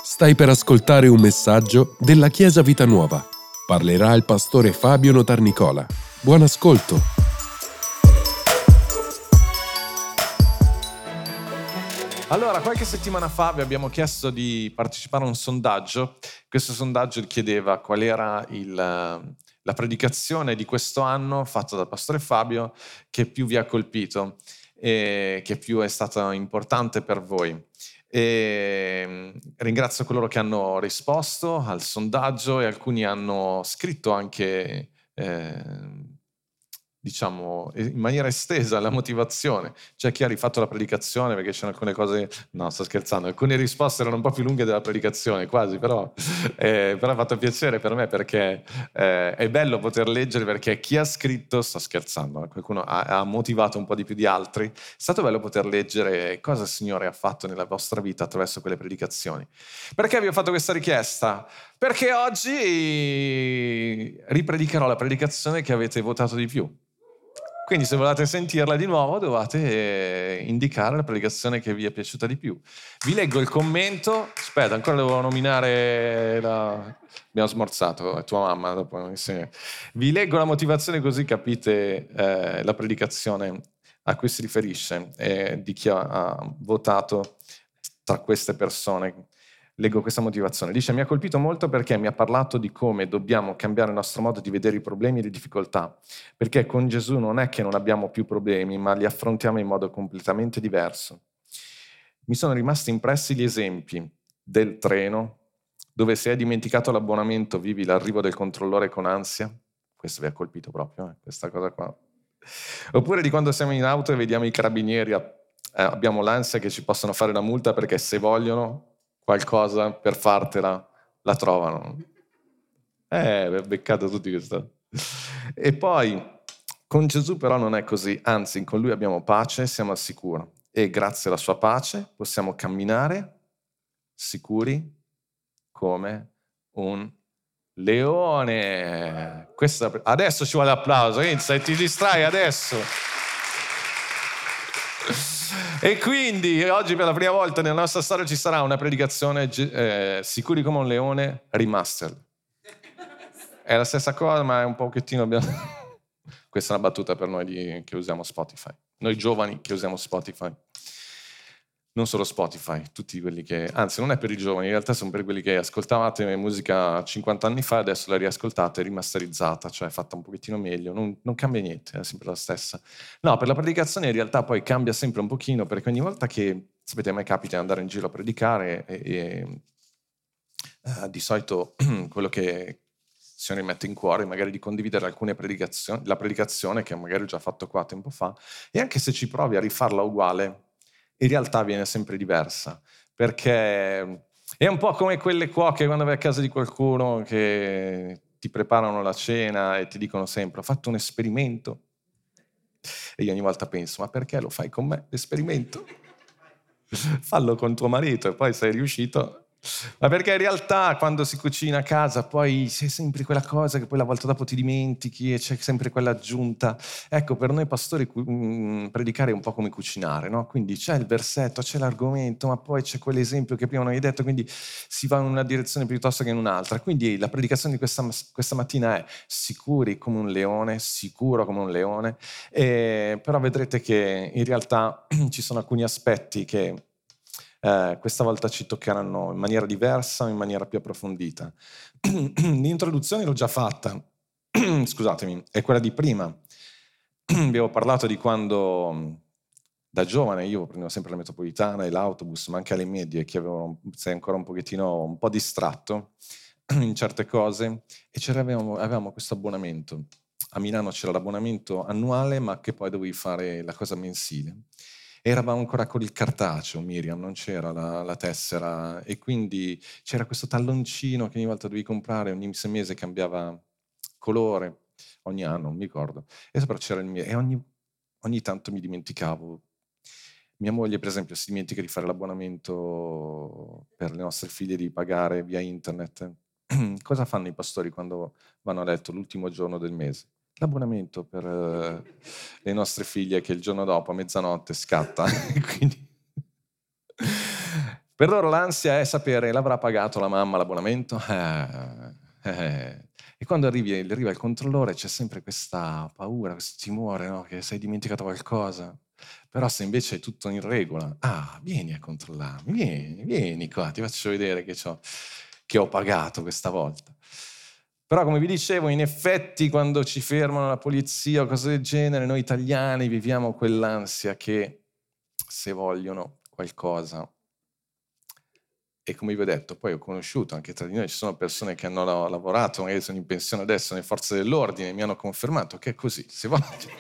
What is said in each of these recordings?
Stai per ascoltare un messaggio della Chiesa Vita Nuova. Parlerà il pastore Fabio Notarnicola. Buon ascolto. Allora, qualche settimana fa vi abbiamo chiesto di partecipare a un sondaggio. Questo sondaggio chiedeva qual era la predicazione di questo anno fatta dal pastore Fabio che più vi ha colpito e che più è stata importante per voi. Ringrazio coloro che hanno risposto al sondaggio e alcuni hanno scritto anche diciamo in maniera estesa la motivazione. C'è chi ha rifatto la predicazione perché c'erano alcune cose, no, sto scherzando, alcune risposte erano un po' più lunghe della predicazione, quasi, però ha fatto piacere per me perché è bello poter leggere, perché chi ha scritto, sto scherzando, qualcuno ha motivato un po' di più di altri, è stato bello poter leggere cosa il Signore ha fatto nella vostra vita attraverso quelle predicazioni. Perché vi ho fatto questa richiesta? Perché oggi ripredicherò la predicazione che avete votato di più. Quindi se volete sentirla di nuovo dovete indicare la predicazione che vi è piaciuta di più. Vi leggo il commento. Aspetta, ancora devo nominare Abbiamo smorzato, è tua mamma. Dopo. Vi leggo la motivazione così capite la predicazione a cui si riferisce di chi ha votato tra queste persone. Leggo questa motivazione. Dice: mi ha colpito molto perché mi ha parlato di come dobbiamo cambiare il nostro modo di vedere i problemi e le difficoltà, perché con Gesù non è che non abbiamo più problemi, ma li affrontiamo in modo completamente diverso. Mi sono rimasti impressi gli esempi del treno, dove se hai dimenticato l'abbonamento vivi l'arrivo del controllore con ansia. Questo vi ha colpito proprio, questa cosa qua. Oppure di quando siamo in auto e vediamo i carabinieri, abbiamo l'ansia che ci possano fare una multa perché se vogliono qualcosa per fartela la trovano. Beccato tutti questo. E poi con Gesù però non è così, anzi con Lui abbiamo pace, siamo al sicuro e grazie alla sua pace possiamo camminare sicuri come un leone. Adesso ci vuole l'applauso, inizia e ti distrai adesso. E quindi oggi per la prima volta nella nostra storia ci sarà una predicazione Sicuri come un leone remastered. È la stessa cosa, ma è un pochettino... Questa è una battuta per noi che usiamo Spotify. Noi giovani che usiamo Spotify. Non solo Spotify, tutti quelli che... Anzi, non è per i giovani, in realtà sono per quelli che ascoltavate musica 50 anni fa e adesso la riascoltate rimasterizzata, cioè fatta un pochettino meglio. Non cambia niente, è sempre la stessa. No, per la predicazione in realtà poi cambia sempre un pochino, perché ogni volta che, sapete, a me capita di andare in giro a predicare di solito quello che il Signore mi mette in cuore magari di condividere alcune predicazioni, la predicazione che magari ho già fatto qua tempo fa, e anche se ci provi a rifarla uguale, in realtà viene sempre diversa, perché è un po' come quelle cuoche quando vai a casa di qualcuno che ti preparano la cena e ti dicono sempre: ho fatto un esperimento. E io ogni volta penso: ma perché lo fai con me l'esperimento? Fallo con tuo marito e poi sei riuscito. Ma perché in realtà quando si cucina a casa poi c'è sempre quella cosa che poi la volta dopo ti dimentichi e c'è sempre quella aggiunta. Ecco, per noi pastori predicare è un po' come cucinare, no? Quindi c'è il versetto, c'è l'argomento, ma poi c'è quell'esempio che prima non hai detto, quindi si va in una direzione piuttosto che in un'altra. Quindi la predicazione di questa mattina è sicuri come un leone, sicuro come un leone, però vedrete che in realtà ci sono alcuni aspetti che questa volta ci toccheranno in maniera diversa, in maniera più approfondita. L'introduzione l'ho già fatta, scusatemi, è quella di prima. Abbiamo parlato di quando da giovane io prendevo sempre la metropolitana e l'autobus, ma anche alle medie, che sei ancora un pochettino un po' distratto in certe cose, e avevamo questo abbonamento. A Milano c'era l'abbonamento annuale, ma che poi dovevi fare la cosa mensile. Eravamo ancora con il cartaceo, Miriam, non c'era la tessera, e quindi c'era questo talloncino che ogni volta dovevi comprare, ogni 6 mesi cambiava colore, ogni anno, non mi ricordo. E però c'era il mio, e ogni tanto mi dimenticavo. Mia moglie, per esempio, si dimentica di fare l'abbonamento per le nostre figlie, di pagare via internet. Cosa fanno i pastori quando vanno a letto l'ultimo giorno del mese? L'abbonamento per le nostre figlie che il giorno dopo a mezzanotte scatta. Quindi Per loro l'ansia è sapere, l'avrà pagato la mamma l'abbonamento? E quando arriva il controllore c'è sempre questa paura, questo timore, no? Che sei dimenticato qualcosa. Però se invece è tutto in regola, vieni a controllarmi, vieni qua, ti faccio vedere che ho pagato questa volta. Però come vi dicevo, in effetti quando ci fermano la polizia o cose del genere, noi italiani viviamo quell'ansia che se vogliono qualcosa. E come vi ho detto, poi ho conosciuto, anche tra di noi ci sono persone che hanno lavorato, magari sono in pensione adesso nelle forze dell'ordine, mi hanno confermato che è così, se vogliono.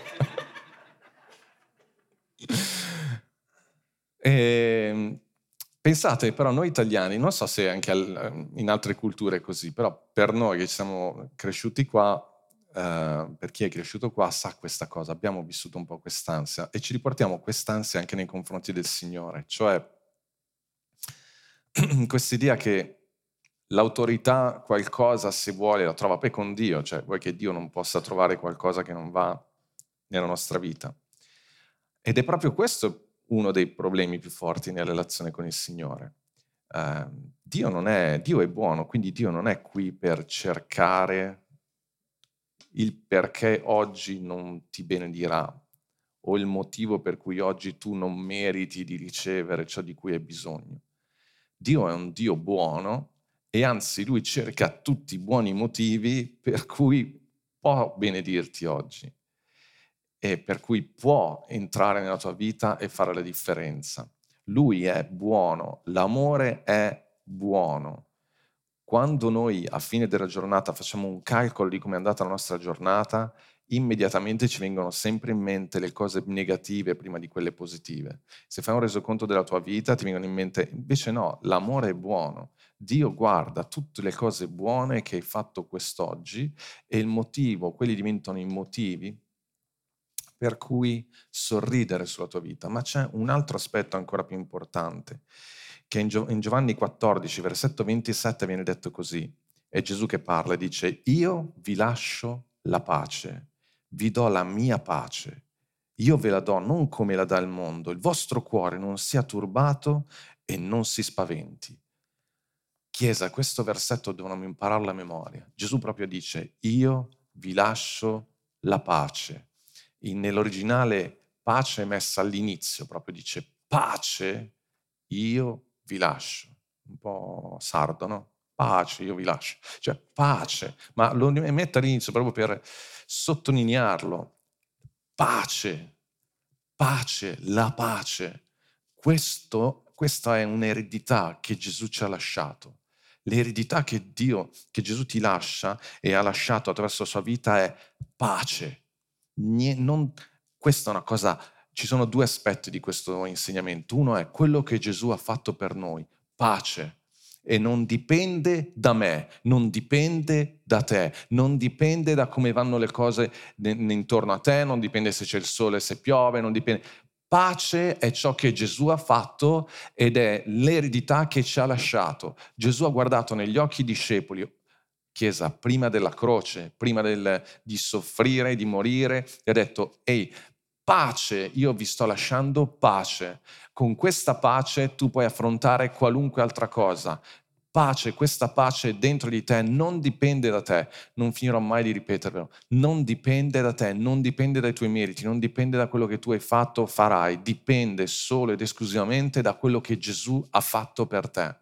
Pensate però noi italiani, non so se anche in altre culture è così, però per noi che siamo cresciuti qua, per chi è cresciuto qua sa questa cosa, abbiamo vissuto un po' quest'ansia e ci riportiamo quest'ansia anche nei confronti del Signore, cioè quest'idea che l'autorità qualcosa se vuole la trova poi con Dio, cioè vuoi che Dio non possa trovare qualcosa che non va nella nostra vita. Ed è proprio questo uno dei problemi più forti nella relazione con il Signore. Dio è buono, quindi Dio non è qui per cercare il perché oggi non ti benedirà o il motivo per cui oggi tu non meriti di ricevere ciò di cui hai bisogno. Dio è un Dio buono e anzi Lui cerca tutti i buoni motivi per cui può benedirti oggi e per cui può entrare nella tua vita e fare la differenza. Lui è buono, l'amore è buono. Quando noi a fine della giornata facciamo un calcolo di come è andata la nostra giornata, immediatamente ci vengono sempre in mente le cose negative prima di quelle positive. Se fai un resoconto della tua vita ti vengono in mente, invece no, l'amore è buono. Dio guarda tutte le cose buone che hai fatto quest'oggi e il motivo, quelli diventano i motivi per cui sorridere sulla tua vita. Ma c'è un altro aspetto ancora più importante, che in Giovanni 14, versetto 27 viene detto così, è Gesù che parla e dice: io vi lascio la pace, vi do la mia pace, io ve la do non come la dà il mondo, il vostro cuore non sia turbato e non si spaventi. Chiesa, questo versetto devono impararlo a memoria. Gesù proprio dice: io vi lascio la pace. Nell'originale pace è messa all'inizio, proprio dice pace, io vi lascio. Un po' sardo, no? Pace, io vi lascio. Cioè pace, ma lo mette all'inizio proprio per sottolinearlo. Pace, pace, la pace. Questa è un'eredità che Gesù ci ha lasciato. L'eredità che Gesù ti lascia e ha lasciato attraverso la sua vita è pace. Questa è una cosa, ci sono due aspetti di questo insegnamento. Uno è quello che Gesù ha fatto per noi, pace. E non dipende da me, non dipende da te, non dipende da come vanno le cose intorno a te, non dipende se c'è il sole, se piove, non dipende. Pace è ciò che Gesù ha fatto ed è l'eredità che ci ha lasciato. Gesù ha guardato negli occhi i discepoli, Chiesa, prima della croce, prima di soffrire, di morire, e ha detto: ehi, pace, io vi sto lasciando pace. Con questa pace tu puoi affrontare qualunque altra cosa. Pace, questa pace dentro di te non dipende da te, non finirò mai di ripetervelo, non dipende da te, non dipende dai tuoi meriti, non dipende da quello che tu hai fatto o farai, dipende solo ed esclusivamente da quello che Gesù ha fatto per te.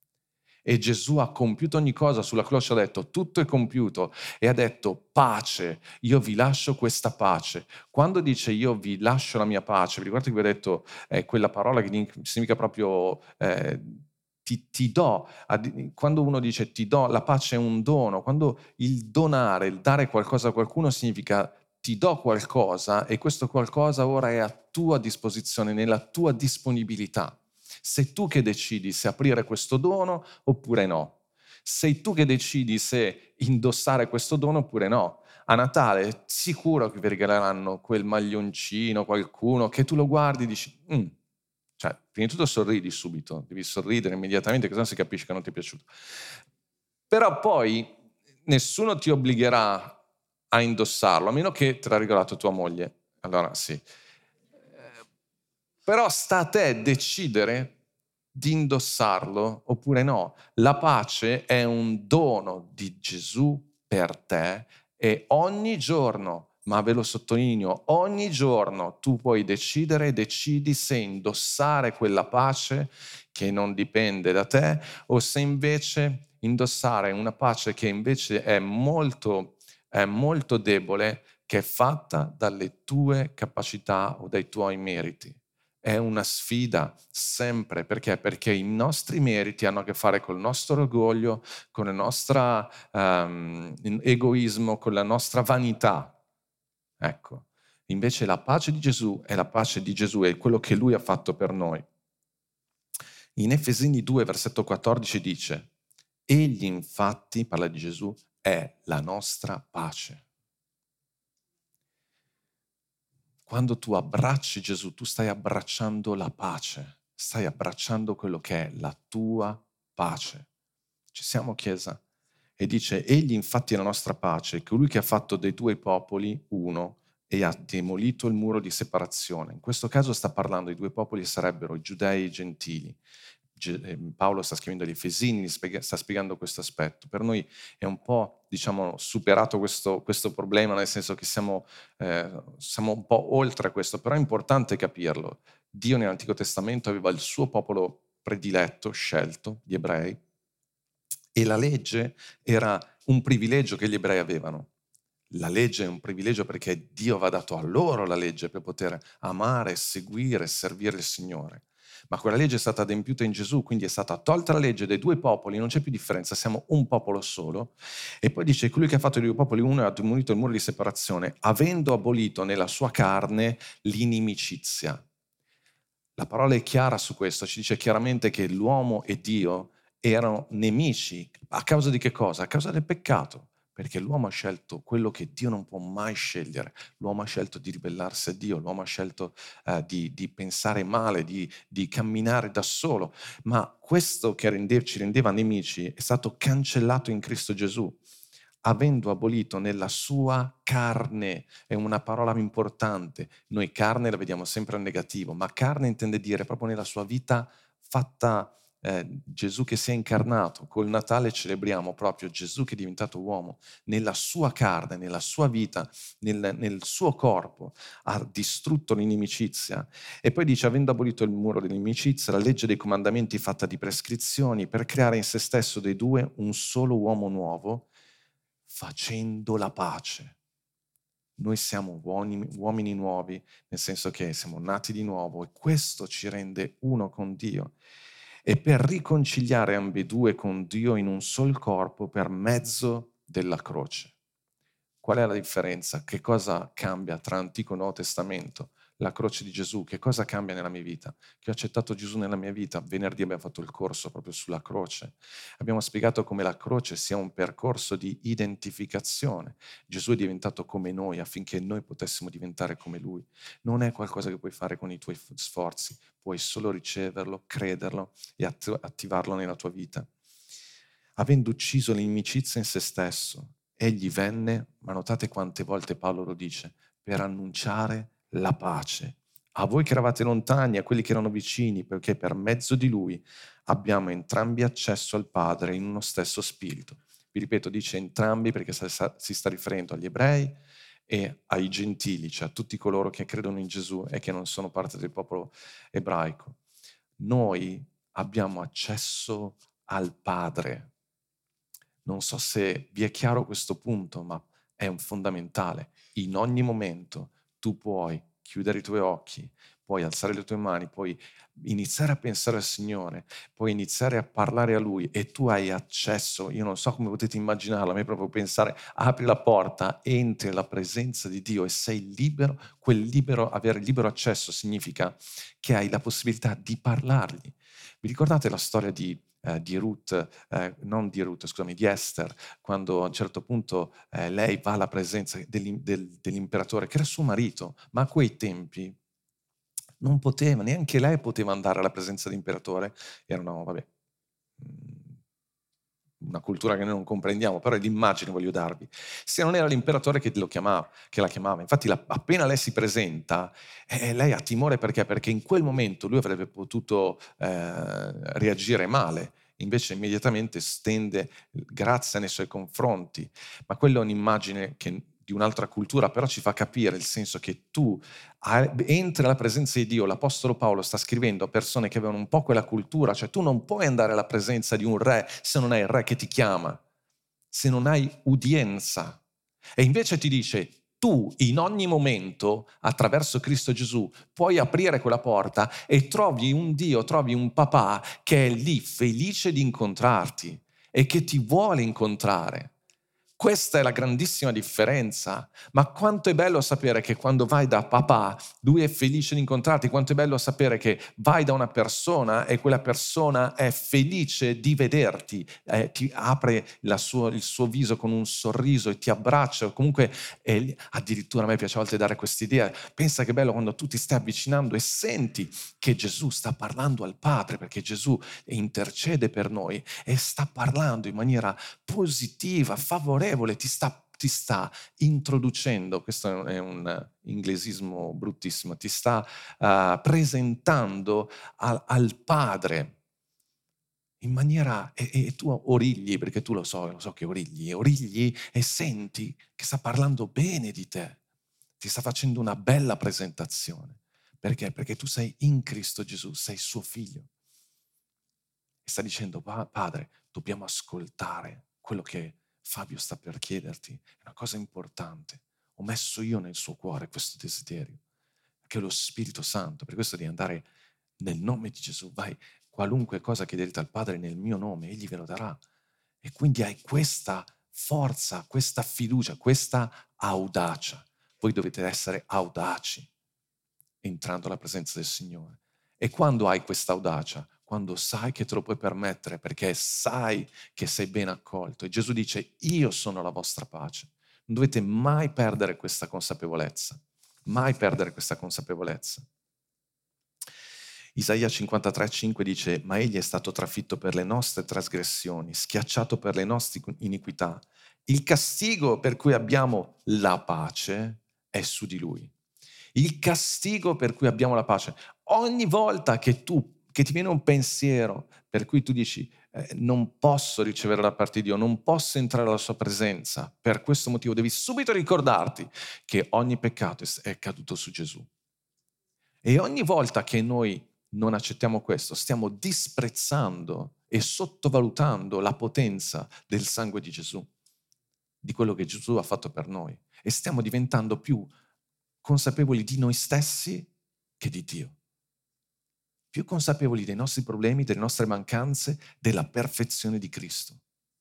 E Gesù ha compiuto ogni cosa, sulla croce ha detto tutto è compiuto e ha detto pace, io vi lascio questa pace. Quando dice io vi lascio la mia pace, vi ricordate che vi ho detto quella parola che significa proprio ti do, quando uno dice ti do, la pace è un dono, quando il donare, il dare qualcosa a qualcuno significa ti do qualcosa e questo qualcosa ora è a tua disposizione, nella tua disponibilità. Sei tu che decidi se aprire questo dono oppure no. Sei tu che decidi se indossare questo dono oppure no. A Natale sicuro che vi regaleranno quel maglioncino, qualcuno, che tu lo guardi e dici, cioè, prima di tutto sorridi subito, devi sorridere immediatamente, che sennò si capisce che non ti è piaciuto. Però poi nessuno ti obbligherà a indossarlo, a meno che te l'ha regalato tua moglie. Allora sì. Però sta a te decidere di indossarlo oppure no. La pace è un dono di Gesù per te e ogni giorno, ma ve lo sottolineo, ogni giorno tu puoi decidere e decidi se indossare quella pace che non dipende da te o se invece indossare una pace che invece è molto debole, che è fatta dalle tue capacità o dai tuoi meriti. È una sfida sempre, perché? Perché i nostri meriti hanno a che fare col nostro orgoglio, con il nostro egoismo, con la nostra vanità. Ecco, invece la pace di Gesù è la pace di Gesù, è quello che Lui ha fatto per noi. In Efesini 2, versetto 14 dice: Egli infatti, parla di Gesù, è la nostra pace. Quando tu abbracci Gesù, tu stai abbracciando la pace, stai abbracciando quello che è la tua pace. Ci siamo, Chiesa? E dice, egli infatti è la nostra pace, colui che ha fatto dei due popoli uno e ha demolito il muro di separazione. In questo caso sta parlando, i due popoli sarebbero i giudei e i gentili. Paolo sta scrivendo agli Efesini, sta spiegando questo aspetto. Per noi è un po', diciamo, superato questo problema, nel senso che siamo un po' oltre questo, però è importante capirlo. Dio nell'Antico Testamento aveva il suo popolo prediletto, scelto, gli ebrei, e la legge era un privilegio che gli ebrei avevano. La legge è un privilegio perché Dio aveva dato a loro la legge per poter amare, seguire, servire il Signore. Ma quella legge è stata adempiuta in Gesù, quindi è stata tolta la legge dei due popoli, non c'è più differenza, siamo un popolo solo. E poi dice, colui che ha fatto dei due popoli uno e ha demolito il muro di separazione, avendo abolito nella sua carne l'inimicizia. La parola è chiara su questo, ci dice chiaramente che l'uomo e Dio erano nemici. A causa di che cosa? A causa del peccato. Perché l'uomo ha scelto quello che Dio non può mai scegliere. L'uomo ha scelto di ribellarsi a Dio, l'uomo ha scelto di pensare male, di camminare da solo. Ma questo che ci rendeva nemici è stato cancellato in Cristo Gesù, avendo abolito nella sua carne. È una parola importante. Noi carne la vediamo sempre al negativo, ma carne intende dire proprio nella sua vita fatta, Gesù che si è incarnato. Col Natale celebriamo proprio Gesù che è diventato uomo. Nella sua carne, nella sua vita, nel suo corpo ha distrutto l'inimicizia. E poi dice, avendo abolito il muro dell'inimicizia, la legge dei comandamenti fatta di prescrizioni, per creare in se stesso dei due un solo uomo nuovo, facendo la pace. Noi siamo uomini nuovi, nel senso che siamo nati di nuovo e questo ci rende uno con Dio. E per riconciliare ambedue con Dio in un sol corpo per mezzo della croce. Qual è la differenza? Che cosa cambia tra Antico e Nuovo Testamento? La croce di Gesù. Che cosa cambia nella mia vita? Che ho accettato Gesù nella mia vita. Venerdì abbiamo fatto il corso proprio sulla croce. Abbiamo spiegato come la croce sia un percorso di identificazione. Gesù è diventato come noi affinché noi potessimo diventare come Lui. Non è qualcosa che puoi fare con i tuoi sforzi. Puoi solo riceverlo, crederlo e attivarlo nella tua vita. Avendo ucciso l'inimicizia in se stesso, egli venne, ma notate quante volte Paolo lo dice, per annunciare la pace. A voi che eravate lontani, a quelli che erano vicini, perché per mezzo di lui abbiamo entrambi accesso al Padre in uno stesso spirito. Vi ripeto, dice entrambi perché si sta riferendo agli ebrei e ai gentili, cioè a tutti coloro che credono in Gesù e che non sono parte del popolo ebraico. Noi abbiamo accesso al Padre. Non so se vi è chiaro questo punto, ma è un fondamentale. In ogni momento tu puoi chiudere i tuoi occhi, puoi alzare le tue mani, puoi iniziare a pensare al Signore, puoi iniziare a parlare a Lui e tu hai accesso. Io non so come potete immaginarlo, a me proprio pensare, apri la porta, entri nella presenza di Dio e sei libero. Avere libero accesso significa che hai la possibilità di parlargli. Vi ricordate la storia di di Esther, quando a un certo punto lei va alla presenza dell'imperatore, che era suo marito, ma a quei tempi non poteva, neanche lei poteva andare alla presenza dell'imperatore, erano, vabbè, una cultura che noi non comprendiamo, però è l'immagine voglio darvi. Se non era l'imperatore che la chiamava. Infatti appena lei si presenta, lei ha timore perché? Perché in quel momento lui avrebbe potuto reagire male, invece immediatamente stende grazia nei suoi confronti. Ma quella è un'immagine di un'altra cultura, però ci fa capire il senso che tu entri alla presenza di Dio. L'Apostolo Paolo sta scrivendo a persone che avevano un po' quella cultura, cioè tu non puoi andare alla presenza di un re se non è il re che ti chiama, se non hai udienza. E invece ti dice, tu in ogni momento, attraverso Cristo Gesù, puoi aprire quella porta e trovi un Dio, trovi un papà che è lì felice di incontrarti e che ti vuole incontrare. Questa è la grandissima differenza. Ma quanto è bello sapere che quando vai da papà, lui è felice di incontrarti. Quanto è bello sapere che vai da una persona e quella persona è felice di vederti, ti apre il suo viso con un sorriso e ti abbraccia. Comunque, addirittura a me piace a volte dare quest'idea. Pensa che bello quando tu ti stai avvicinando e senti che Gesù sta parlando al Padre, perché Gesù intercede per noi e sta parlando in maniera positiva, favorevole, ti sta introducendo, questo è un inglesismo bruttissimo, ti sta presentando al Padre in maniera, e tu origli, perché tu lo so che origli e senti che sta parlando bene di te, ti sta facendo una bella presentazione. Perché? Perché tu sei in Cristo Gesù, sei suo figlio. E sta dicendo, Padre, dobbiamo ascoltare quello che Fabio sta per chiederti. È una cosa importante. Ho messo io nel suo cuore questo desiderio, che lo Spirito Santo, per questo devi andare nel nome di Gesù, vai, qualunque cosa chiederete al Padre nel mio nome, Egli ve lo darà. E quindi hai questa forza, questa fiducia, questa audacia. Voi dovete essere audaci entrando alla presenza del Signore. E quando hai questa audacia? Quando sai che te lo puoi permettere, perché sai che sei ben accolto. E Gesù dice, io sono la vostra pace. Non dovete mai perdere questa consapevolezza. Mai perdere questa consapevolezza. Isaia 53,5 dice, ma egli è stato trafitto per le nostre trasgressioni, schiacciato per le nostre iniquità. Il castigo per cui abbiamo la pace è su di lui. Il castigo per cui abbiamo la pace. Ogni volta che ti viene un pensiero per cui tu dici non posso ricevere da parte di Dio, non posso entrare alla sua presenza, per questo motivo devi subito ricordarti che ogni peccato è caduto su Gesù. E ogni volta che noi non accettiamo questo, stiamo disprezzando e sottovalutando la potenza del sangue di Gesù, di quello che Gesù ha fatto per noi. E stiamo diventando più consapevoli di noi stessi che di Dio. Più consapevoli dei nostri problemi, delle nostre mancanze, della perfezione di Cristo.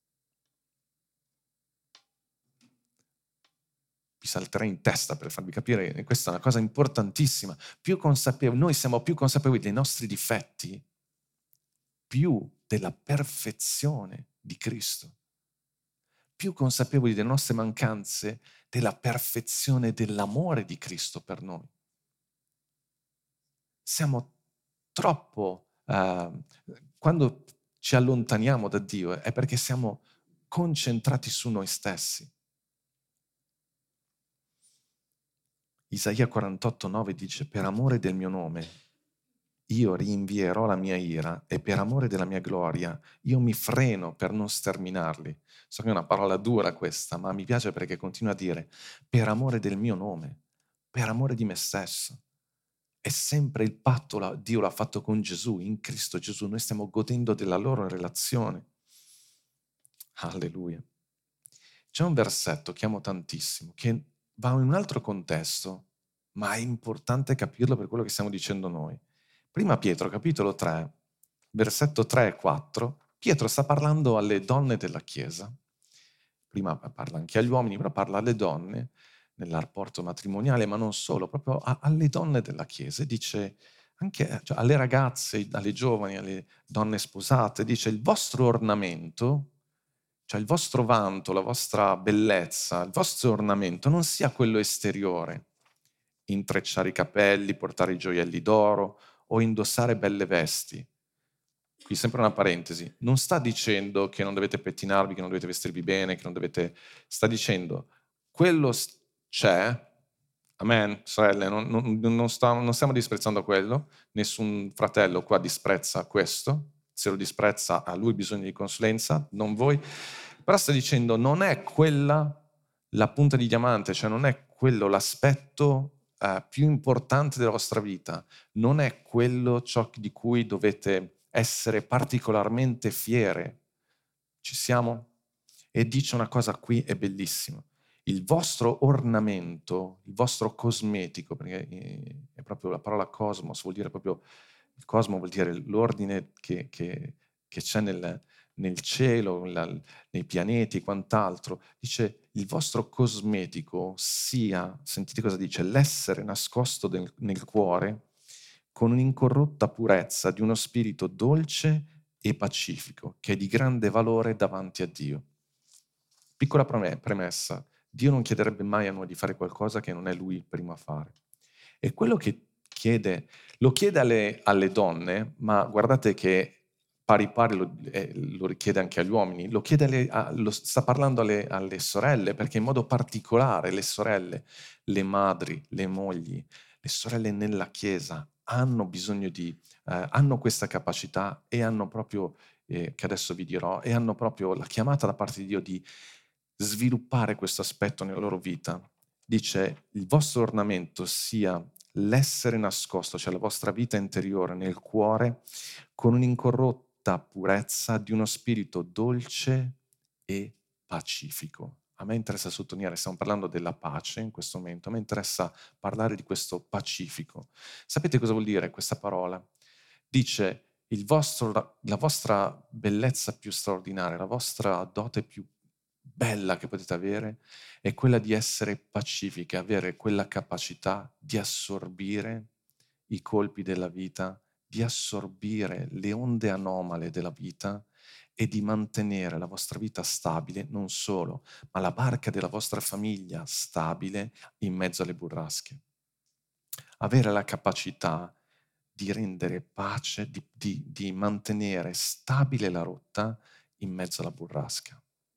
Vi salterei in testa per farvi capire che questa è una cosa importantissima. Noi siamo più consapevoli dei nostri difetti, più della perfezione di Cristo. Più consapevoli delle nostre mancanze, della perfezione dell'amore di Cristo per noi. Siamo troppo, quando ci allontaniamo da Dio è perché siamo concentrati su noi stessi. Isaia 48,9 dice, per amore del mio nome io rinvierò la mia ira e per amore della mia gloria io mi freno per non sterminarli. So che è una parola dura questa, ma mi piace perché continua a dire, per amore del mio nome, per amore di me stesso. È sempre il patto, Dio l'ha fatto con Gesù, in Cristo Gesù, noi stiamo godendo della loro relazione. Alleluia. C'è un versetto che amo tantissimo, che va in un altro contesto, ma è importante capirlo per quello che stiamo dicendo noi. Prima Pietro, capitolo 3, versetto 3 e 4, Pietro sta parlando alle donne della Chiesa. Prima parla anche agli uomini, però parla alle donne nel rapporto matrimoniale, ma non solo, proprio alle donne della Chiesa. Dice anche cioè, alle ragazze, alle giovani, alle donne sposate, dice il vostro ornamento, cioè il vostro vanto, la vostra bellezza, il vostro ornamento non sia quello esteriore, intrecciare i capelli, portare i gioielli d'oro o indossare belle vesti, qui sempre una parentesi, non sta dicendo che non dovete pettinarvi, che non dovete vestirvi bene, che non dovete... Sta dicendo, quello c'è, amen, sorelle, non stiamo disprezzando quello, nessun fratello qua disprezza questo, se lo disprezza ha lui bisogno di consulenza, non voi, però sta dicendo non è quella la punta di diamante, cioè non è quello l'aspetto più importante della vostra vita, non è quello ciò di cui dovete essere particolarmente fiere. Ci siamo? E dice una cosa qui, è bellissima. Il vostro ornamento, il vostro cosmetico, perché è proprio la parola cosmos, vuol dire proprio, il cosmo vuol dire l'ordine che c'è nel cielo, nei pianeti e quant'altro. Dice, il vostro cosmetico sia, sentite cosa dice, l'essere nascosto nel cuore con un'incorrotta purezza di uno spirito dolce e pacifico, che è di grande valore davanti a Dio. Piccola premessa, Dio non chiederebbe mai a noi di fare qualcosa che non è Lui il primo a fare. E quello che chiede, lo chiede alle donne, ma guardate che pari pari lo richiede anche agli uomini, lo chiede lo sta parlando alle sorelle, perché in modo particolare le sorelle, le madri, le mogli, le sorelle nella Chiesa hanno bisogno hanno questa capacità e hanno proprio, che adesso vi dirò, e hanno proprio la chiamata da parte di Dio di sviluppare questo aspetto nella loro vita. Dice, il vostro ornamento sia l'essere nascosto, cioè la vostra vita interiore nel cuore, con un'incorrotta purezza di uno spirito dolce e pacifico. A me interessa sottolineare, stiamo parlando della pace in questo momento, a me interessa parlare di questo pacifico. Sapete cosa vuol dire questa parola? Dice, la vostra bellezza più straordinaria, la vostra dote più bella che potete avere è quella di essere pacifiche, avere quella capacità di assorbire i colpi della vita, di assorbire le onde anomale della vita e di mantenere la vostra vita stabile, non solo, ma la barca della vostra famiglia stabile in mezzo alle burrasche. Avere la capacità di rendere pace, di mantenere stabile la rotta in mezzo alla burrasca.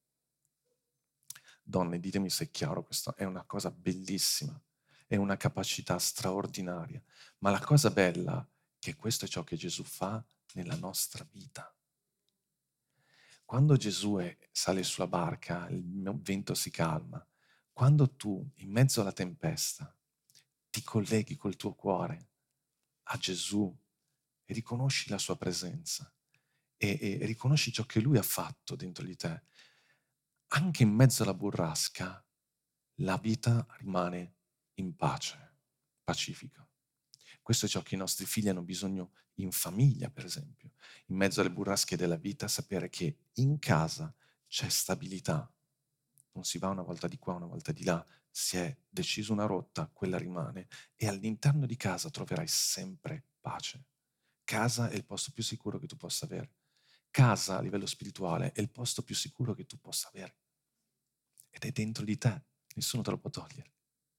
Donne, ditemi se è chiaro, questa è una cosa bellissima, è una capacità straordinaria, ma la cosa bella è che questo è ciò che Gesù fa nella nostra vita. Quando Gesù sale sulla barca, il vento si calma, quando tu in mezzo alla tempesta ti colleghi col tuo cuore a Gesù e riconosci la sua presenza e riconosci ciò che Lui ha fatto dentro di te, anche in mezzo alla burrasca, la vita rimane in pace, pacifica. Questo è ciò che i nostri figli hanno bisogno in famiglia, per esempio. In mezzo alle burrasche della vita, sapere che in casa c'è stabilità. Non si va una volta di qua, una volta di là. Si è deciso una rotta, quella rimane. E all'interno di casa troverai sempre pace. Casa è il posto più sicuro che tu possa avere. Casa a livello spirituale è il posto più sicuro che tu possa avere. Ed è dentro di te, nessuno te lo può togliere.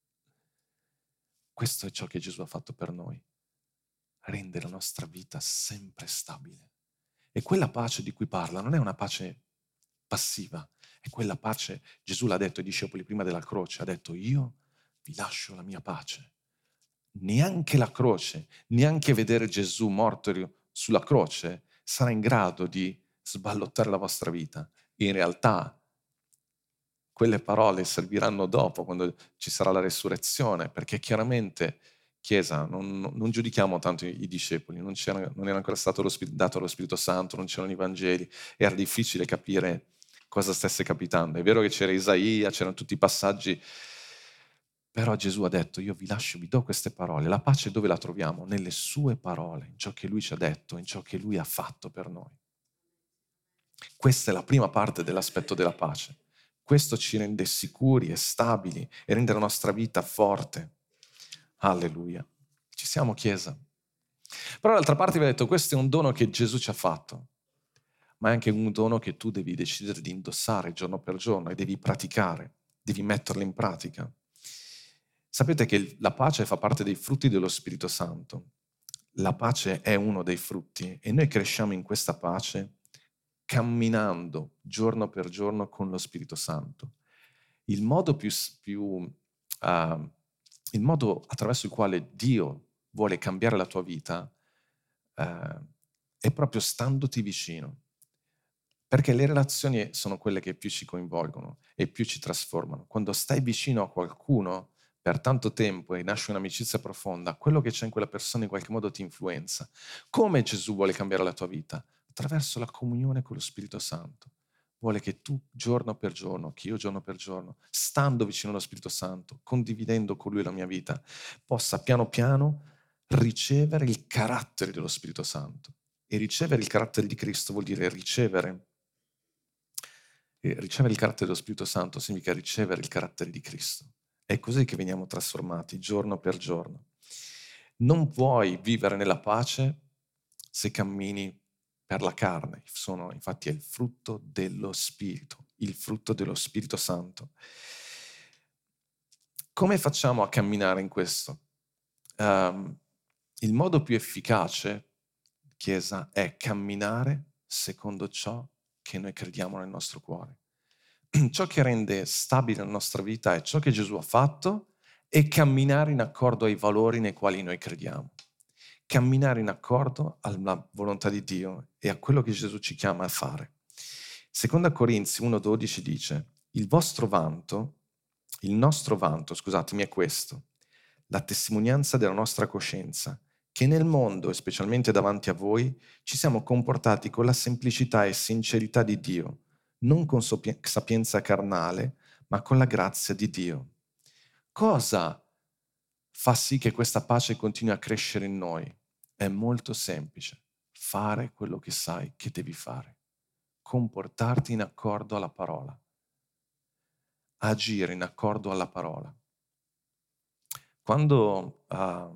Questo è ciò che Gesù ha fatto per noi, rende la nostra vita sempre stabile. E quella pace di cui parla non è una pace passiva, è quella pace, Gesù l'ha detto ai discepoli prima della croce, ha detto io vi lascio la mia pace. Neanche la croce, neanche vedere Gesù morto sulla croce sarà in grado di sballottare la vostra vita. In realtà quelle parole serviranno dopo, quando ci sarà la resurrezione, perché chiaramente, Chiesa, non giudichiamo tanto i discepoli, non era ancora stato dato lo Spirito Santo, non c'erano i Vangeli, era difficile capire cosa stesse capitando. È vero che c'era Isaia, c'erano tutti i passaggi, però Gesù ha detto, io vi lascio, vi do queste parole. La pace dove la troviamo? Nelle sue parole, in ciò che Lui ci ha detto, in ciò che Lui ha fatto per noi. Questa è la prima parte dell'aspetto della pace. Questo ci rende sicuri e stabili e rende la nostra vita forte. Alleluia. Ci siamo, Chiesa. Però d'altra parte vi ho detto, questo è un dono che Gesù ci ha fatto, ma è anche un dono che tu devi decidere di indossare giorno per giorno e devi praticare, devi metterlo in pratica. Sapete che la pace fa parte dei frutti dello Spirito Santo. la pace è uno dei frutti e noi cresciamo in questa pace camminando giorno per giorno con lo Spirito Santo. Il modo il modo attraverso il quale Dio vuole cambiare la tua vita è proprio standoti vicino. Perché le relazioni sono quelle che più ci coinvolgono e più ci trasformano. Quando stai vicino a qualcuno per tanto tempo e nasce un'amicizia profonda, quello che c'è in quella persona in qualche modo ti influenza. Come Gesù vuole cambiare la tua vita? Attraverso la comunione con lo Spirito Santo. Vuole che tu giorno per giorno, che io giorno per giorno, stando vicino allo Spirito Santo, condividendo con Lui la mia vita, possa piano piano ricevere il carattere dello Spirito Santo. E ricevere il carattere di Cristo vuol dire ricevere il carattere dello Spirito Santo significa ricevere il carattere di Cristo. È così che veniamo trasformati giorno per giorno. Non puoi vivere nella pace se cammini per la carne. Infatti è il frutto dello Spirito, il frutto dello Spirito Santo. Come facciamo a camminare in questo? Il modo più efficace, Chiesa, è camminare secondo ciò che noi crediamo nel nostro cuore. Ciò che rende stabile la nostra vita è ciò che Gesù ha fatto e camminare in accordo ai valori nei quali noi crediamo. Camminare in accordo alla volontà di Dio e a quello che Gesù ci chiama a fare. Seconda Corinzi 1,12 dice: il nostro vanto, scusatemi, è questo, la testimonianza della nostra coscienza, che nel mondo, e specialmente davanti a voi, ci siamo comportati con la semplicità e sincerità di Dio, non con sapienza carnale, ma con la grazia di Dio. Cosa fa sì che questa pace continui a crescere in noi? È molto semplice: fare quello che sai che devi fare, comportarti in accordo alla parola, agire in accordo alla parola. Quando, va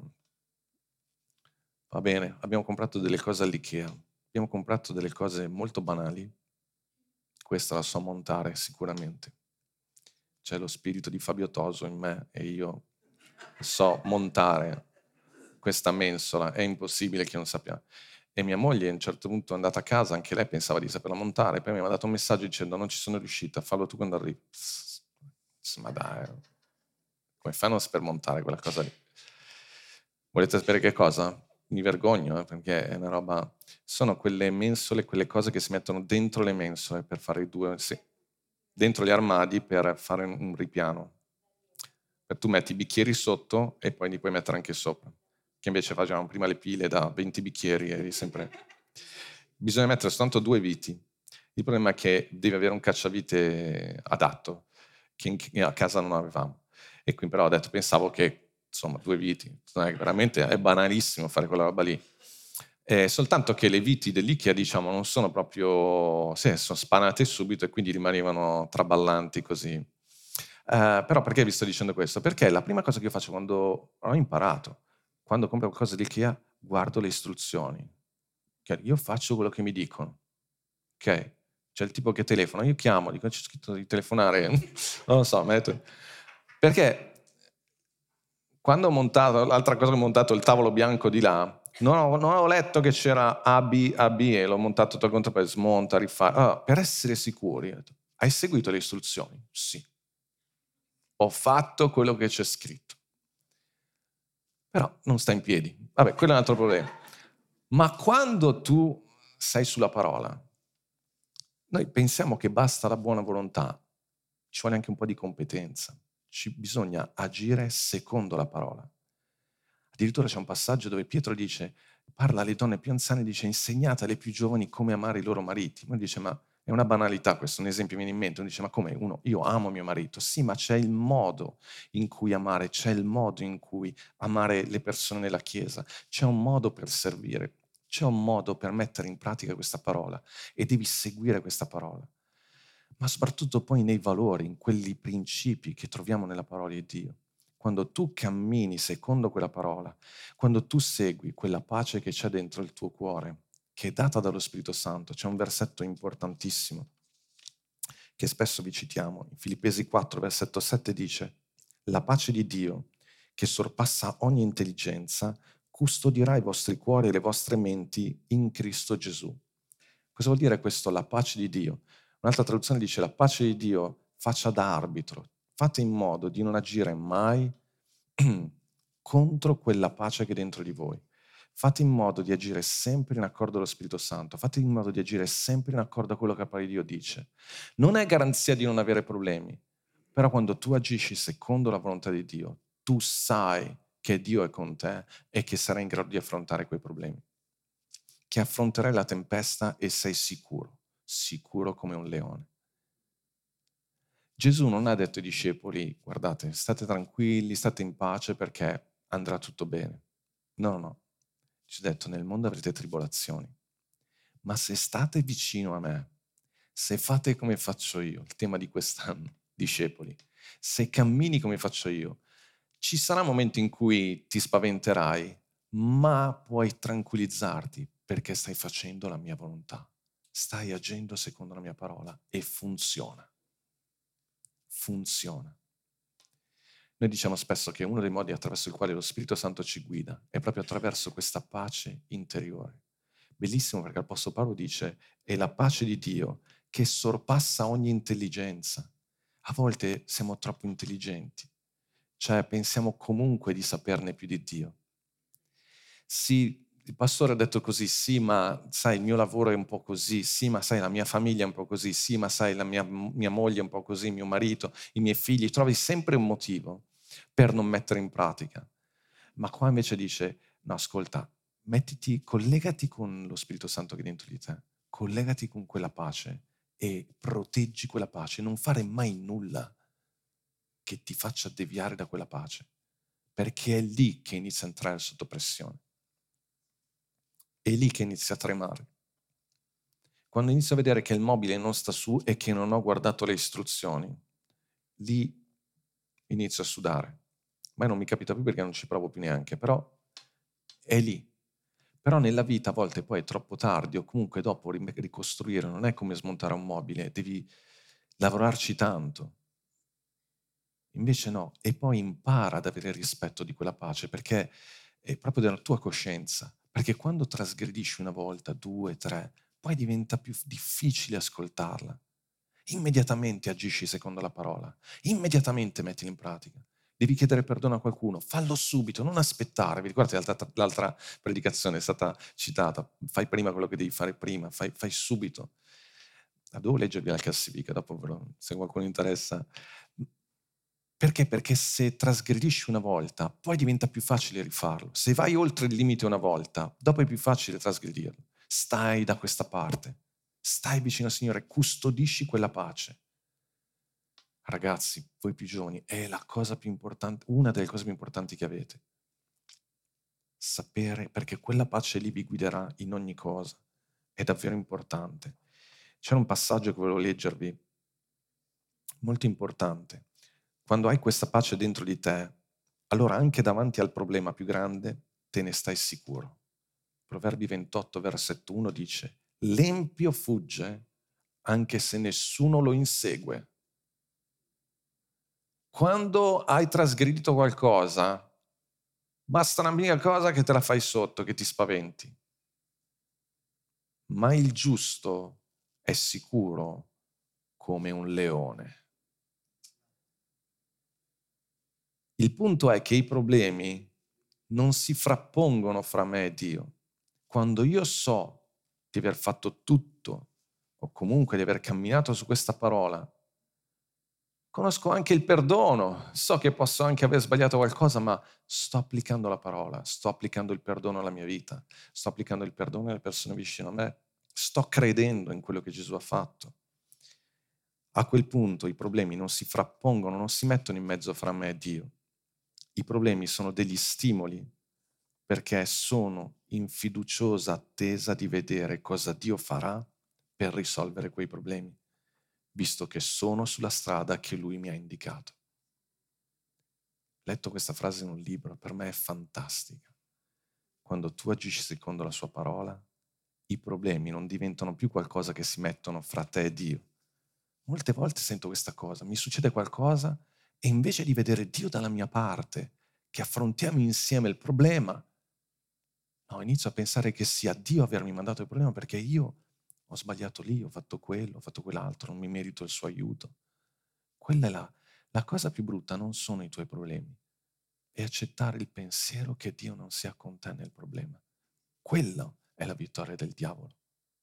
bene, abbiamo comprato delle cose all'Ikea, abbiamo comprato delle cose molto banali, questa la so montare sicuramente. C'è lo spirito di Fabio Toso in me e io so montare questa mensola, è impossibile che non sappia. E mia moglie a un certo punto è andata a casa, anche lei pensava di saperla montare, poi mi ha dato un messaggio dicendo: non ci sono riuscita, fallo tu quando arrivi. Ma dai, come fanno a saper montare quella cosa lì? Volete sapere che cosa? Mi vergogno, perché è una roba... Sono quelle mensole, quelle cose che si mettono dentro le mensole per fare dentro gli armadi per fare un ripiano. Tu metti i bicchieri sotto e poi li puoi mettere anche sopra. Che invece facevamo prima le pile da 20 bicchieri e sempre... Bisogna mettere soltanto 2 viti. Il problema è che devi avere un cacciavite adatto, che a casa non avevamo. E quindi però ho detto, pensavo che, insomma, 2 viti, veramente è banalissimo fare quella roba lì. Soltanto che le viti dell'Ikea, diciamo, non sono proprio... sono spanate subito e quindi rimanevano traballanti così. Però perché vi sto dicendo questo? Perché la prima cosa che io faccio quando ho imparato, quando compro qualcosa di Ikea, guardo le istruzioni. Okay? Io faccio quello che mi dicono. Ok? C'è il tipo che telefona, io chiamo, dico: c'è scritto di telefonare, non lo so, perché quando ho montato, l'altra cosa che ho montato, il tavolo bianco di là, non ho letto che c'era AB e l'ho montato tutto conto per smonta, rifare. Allora, per essere sicuri, hai seguito le istruzioni? Sì. Ho fatto quello che c'è scritto. Però non sta in piedi. Vabbè, quello è un altro problema. Ma quando tu sei sulla parola, noi pensiamo che basta la buona volontà, ci vuole anche un po' di competenza, bisogna agire secondo la parola. Addirittura c'è un passaggio dove Pietro parla alle donne più anziane, dice: insegnate alle più giovani come amare i loro mariti. Uno dice: ma è una banalità questo, un esempio mi viene in mente. Uno dice: ma come? Io amo mio marito. Sì, ma c'è il modo in cui amare, c'è il modo in cui amare le persone nella Chiesa, c'è un modo per servire, c'è un modo per mettere in pratica questa parola e devi seguire questa parola. Ma soprattutto poi nei valori, in quelli principi che troviamo nella parola di Dio. Quando tu cammini secondo quella parola, quando tu segui quella pace che c'è dentro il tuo cuore, che è data dallo Spirito Santo, c'è un versetto importantissimo che spesso vi citiamo. In Filippesi 4, versetto 7 dice: la pace di Dio, che sorpassa ogni intelligenza, custodirà i vostri cuori e le vostre menti in Cristo Gesù. Cosa vuol dire questo? La pace di Dio. Un'altra traduzione dice: la pace di Dio faccia da arbitro. Fate in modo di non agire mai contro quella pace che è dentro di voi. Fate in modo di agire sempre in accordo allo Spirito Santo. Fate in modo di agire sempre in accordo a quello che la parola di Dio dice. Non è garanzia di non avere problemi, però quando tu agisci secondo la volontà di Dio, tu sai che Dio è con te e che sarai in grado di affrontare quei problemi. Che affronterai la tempesta e sei sicuro, sicuro come un leone. Gesù non ha detto ai discepoli: guardate, state tranquilli, state in pace perché andrà tutto bene. No. Ci ha detto: nel mondo avrete tribolazioni, ma se state vicino a me, se fate come faccio io, il tema di quest'anno, discepoli, se cammini come faccio io, ci sarà un momento in cui ti spaventerai, ma puoi tranquillizzarti perché stai facendo la mia volontà, stai agendo secondo la mia parola e funziona. Funziona. Noi diciamo spesso che uno dei modi attraverso il quale lo Spirito Santo ci guida è proprio attraverso questa pace interiore. Bellissimo, perché l'Apostolo Paolo dice: è la pace di Dio che sorpassa ogni intelligenza. A volte siamo troppo intelligenti, cioè pensiamo comunque di saperne più di Dio. Sì, il pastore ha detto così: sì, ma sai, il mio lavoro è un po' così, sì, ma sai, la mia famiglia è un po' così, sì, ma sai, la mia moglie è un po' così, mio marito, i miei figli. Trovi sempre un motivo per non mettere in pratica. Ma qua invece dice: no, ascolta, collegati con lo Spirito Santo che è dentro di te, collegati con quella pace e proteggi quella pace, non fare mai nulla che ti faccia deviare da quella pace, perché è lì che inizia a entrare sotto pressione, è lì che inizia a tremare. Quando inizio a vedere che il mobile non sta su e che non ho guardato le istruzioni, lì inizio a sudare. Ma non mi capita più perché non ci provo più neanche, però è lì. Però nella vita a volte poi è troppo tardi, o comunque dopo ricostruire non è come smontare un mobile, devi lavorarci tanto. Invece no, e poi impara ad avere rispetto di quella pace, perché è proprio della tua coscienza. Perché quando trasgredisci una volta, due, tre, poi diventa più difficile ascoltarla. Immediatamente agisci secondo la parola, immediatamente mettila in pratica. Devi chiedere perdono a qualcuno, fallo subito, non aspettare. Vi ricordate l'altra predicazione è stata citata: fai prima quello che devi fare prima, fai subito. Devo leggervi la classifica, dopo se qualcuno interessa. Perché? Perché se trasgredisci una volta, poi diventa più facile rifarlo. Se vai oltre il limite una volta, dopo è più facile trasgredirlo. Stai da questa parte, stai vicino al Signore, custodisci quella pace. Ragazzi, voi più giovani, è la cosa più importante, una delle cose più importanti che avete. Sapere, perché quella pace lì vi guiderà in ogni cosa. È davvero importante. C'era un passaggio che volevo leggervi, molto importante. Quando hai questa pace dentro di te, allora anche davanti al problema più grande te ne stai sicuro. Proverbi 28, versetto 1 dice: l'empio fugge anche se nessuno lo insegue. Quando hai trasgredito qualcosa, basta una minima cosa che te la fai sotto, che ti spaventi. Ma il giusto è sicuro come un leone. Il punto è che i problemi non si frappongono fra me e Dio. Quando io so di aver fatto tutto, o comunque di aver camminato su questa parola, conosco anche il perdono, so che posso anche aver sbagliato qualcosa, ma sto applicando la parola, sto applicando il perdono alla mia vita, sto applicando il perdono alle persone vicino a me, sto credendo in quello che Gesù ha fatto. A quel punto i problemi non si frappongono, non si mettono in mezzo fra me e Dio. I problemi sono degli stimoli perché sono in fiduciosa attesa di vedere cosa Dio farà per risolvere quei problemi, visto che sono sulla strada che Lui mi ha indicato. Ho letto questa frase in un libro, per me è fantastica. Quando tu agisci secondo la sua parola, i problemi non diventano più qualcosa che si mettono fra te e Dio. Molte volte sento questa cosa, mi succede qualcosa e invece di vedere Dio dalla mia parte, che affrontiamo insieme il problema, No, inizio a pensare che sia Dio a avermi mandato il problema perché io ho sbagliato lì, ho fatto quello, ho fatto quell'altro, non mi merito il suo aiuto. Quella è la cosa più brutta, non sono i tuoi problemi, è accettare il pensiero che Dio non sia con te nel problema. Quella è la vittoria del diavolo.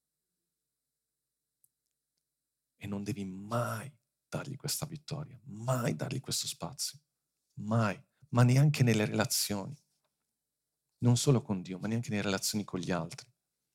E non devi mai dargli questa vittoria, mai dargli questo spazio, mai, ma neanche nelle relazioni. Non solo con Dio, ma neanche nelle relazioni con gli altri.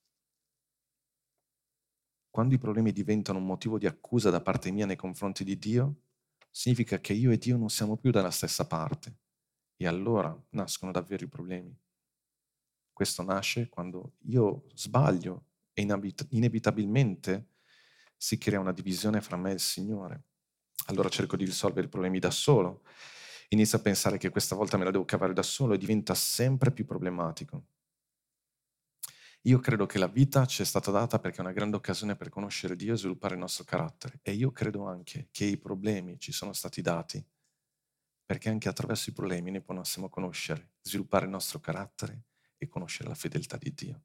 Quando i problemi diventano un motivo di accusa da parte mia nei confronti di Dio, significa che io e Dio non siamo più dalla stessa parte. E allora nascono davvero i problemi. Questo nasce quando io sbaglio e inevitabilmente si crea una divisione fra me e il Signore. Allora cerco di risolvere i problemi da solo. Inizio a pensare che questa volta me la devo cavare da solo e diventa sempre più problematico. Io credo che la vita ci è stata data perché è una grande occasione per conoscere Dio e sviluppare il nostro carattere. E io credo anche che i problemi ci sono stati dati perché anche attraverso i problemi noi possiamo conoscere, sviluppare il nostro carattere e conoscere la fedeltà di Dio.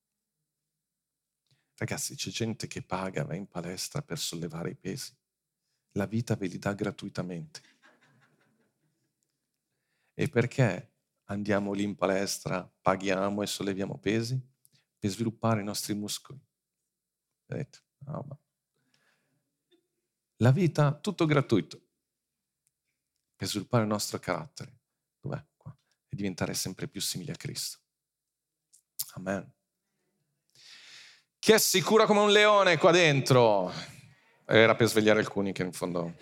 Ragazzi, c'è gente che paga, va in palestra per sollevare i pesi. La vita ve li dà gratuitamente. E perché andiamo lì in palestra, paghiamo e solleviamo pesi? Per sviluppare i nostri muscoli. Vedete? No. La vita, tutto gratuito. Per sviluppare il nostro carattere. Dov'è? Qua. E diventare sempre più simili a Cristo. Amen. Chi è sicura come un leone qua dentro? Era per svegliare alcuni che in fondo...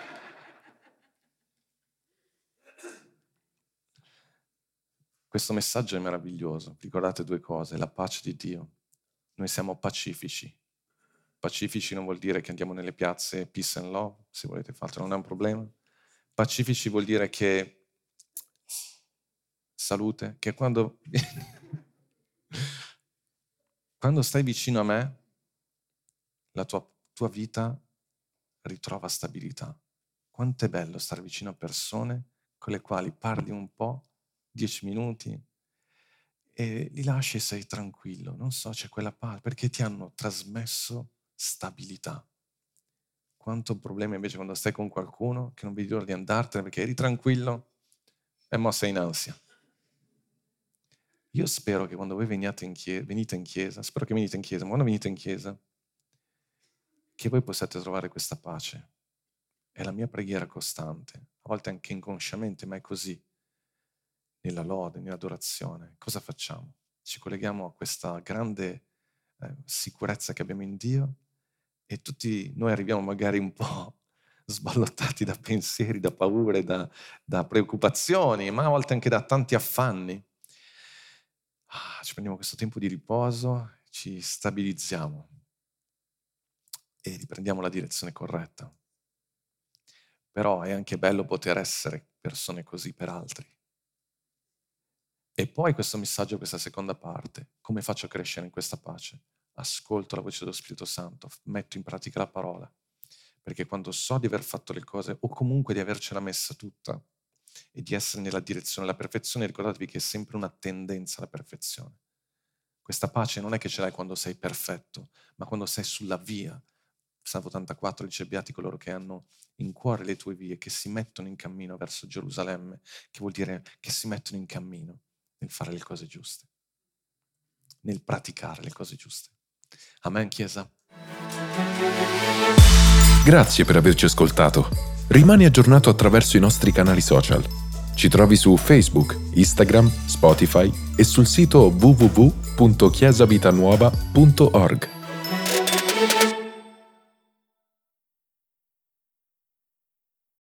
Questo messaggio è meraviglioso. Ricordate due cose, la pace di Dio. Noi siamo pacifici. Pacifici non vuol dire che andiamo nelle piazze peace and love, se volete farlo, non è un problema. Pacifici vuol dire che salute, che quando stai vicino a me, la tua vita ritrova stabilità. Quanto è bello stare vicino a persone con le quali parli un po', 10 minuti, e li lasci e sei tranquillo. Non so, c'è quella pace, perché ti hanno trasmesso stabilità. Quanto problema invece quando stai con qualcuno che non vedi l'ora di andartene perché eri tranquillo e mo sei in ansia. Io spero che quando voi venite in chiesa, spero che venite in chiesa, ma quando venite in chiesa, che voi possiate trovare questa pace. È la mia preghiera costante, a volte anche inconsciamente, ma è così. Nella lode, nell'adorazione, cosa facciamo? Ci colleghiamo a questa grande sicurezza che abbiamo in Dio e tutti noi arriviamo magari un po' sballottati da pensieri, da paure, da preoccupazioni, ma a volte anche da tanti affanni. Ci prendiamo questo tempo di riposo, ci stabilizziamo e riprendiamo la direzione corretta. Però è anche bello poter essere persone così per altri. E poi questo messaggio, questa seconda parte, come faccio a crescere in questa pace? Ascolto la voce dello Spirito Santo, metto in pratica la parola, perché quando so di aver fatto le cose o comunque di avercela messa tutta e di essere nella direzione della perfezione, ricordatevi che è sempre una tendenza alla perfezione. Questa pace non è che ce l'hai quando sei perfetto, ma quando sei sulla via. Salmo 84 dice: beati coloro che hanno in cuore le tue vie, che si mettono in cammino verso Gerusalemme, che vuol dire che si mettono in cammino nel fare le cose giuste, nel praticare le cose giuste. Amen, Chiesa. Grazie per averci ascoltato. Rimani aggiornato attraverso i nostri canali social. Ci trovi su Facebook, Instagram, Spotify e sul sito www.chiesavitanuova.org.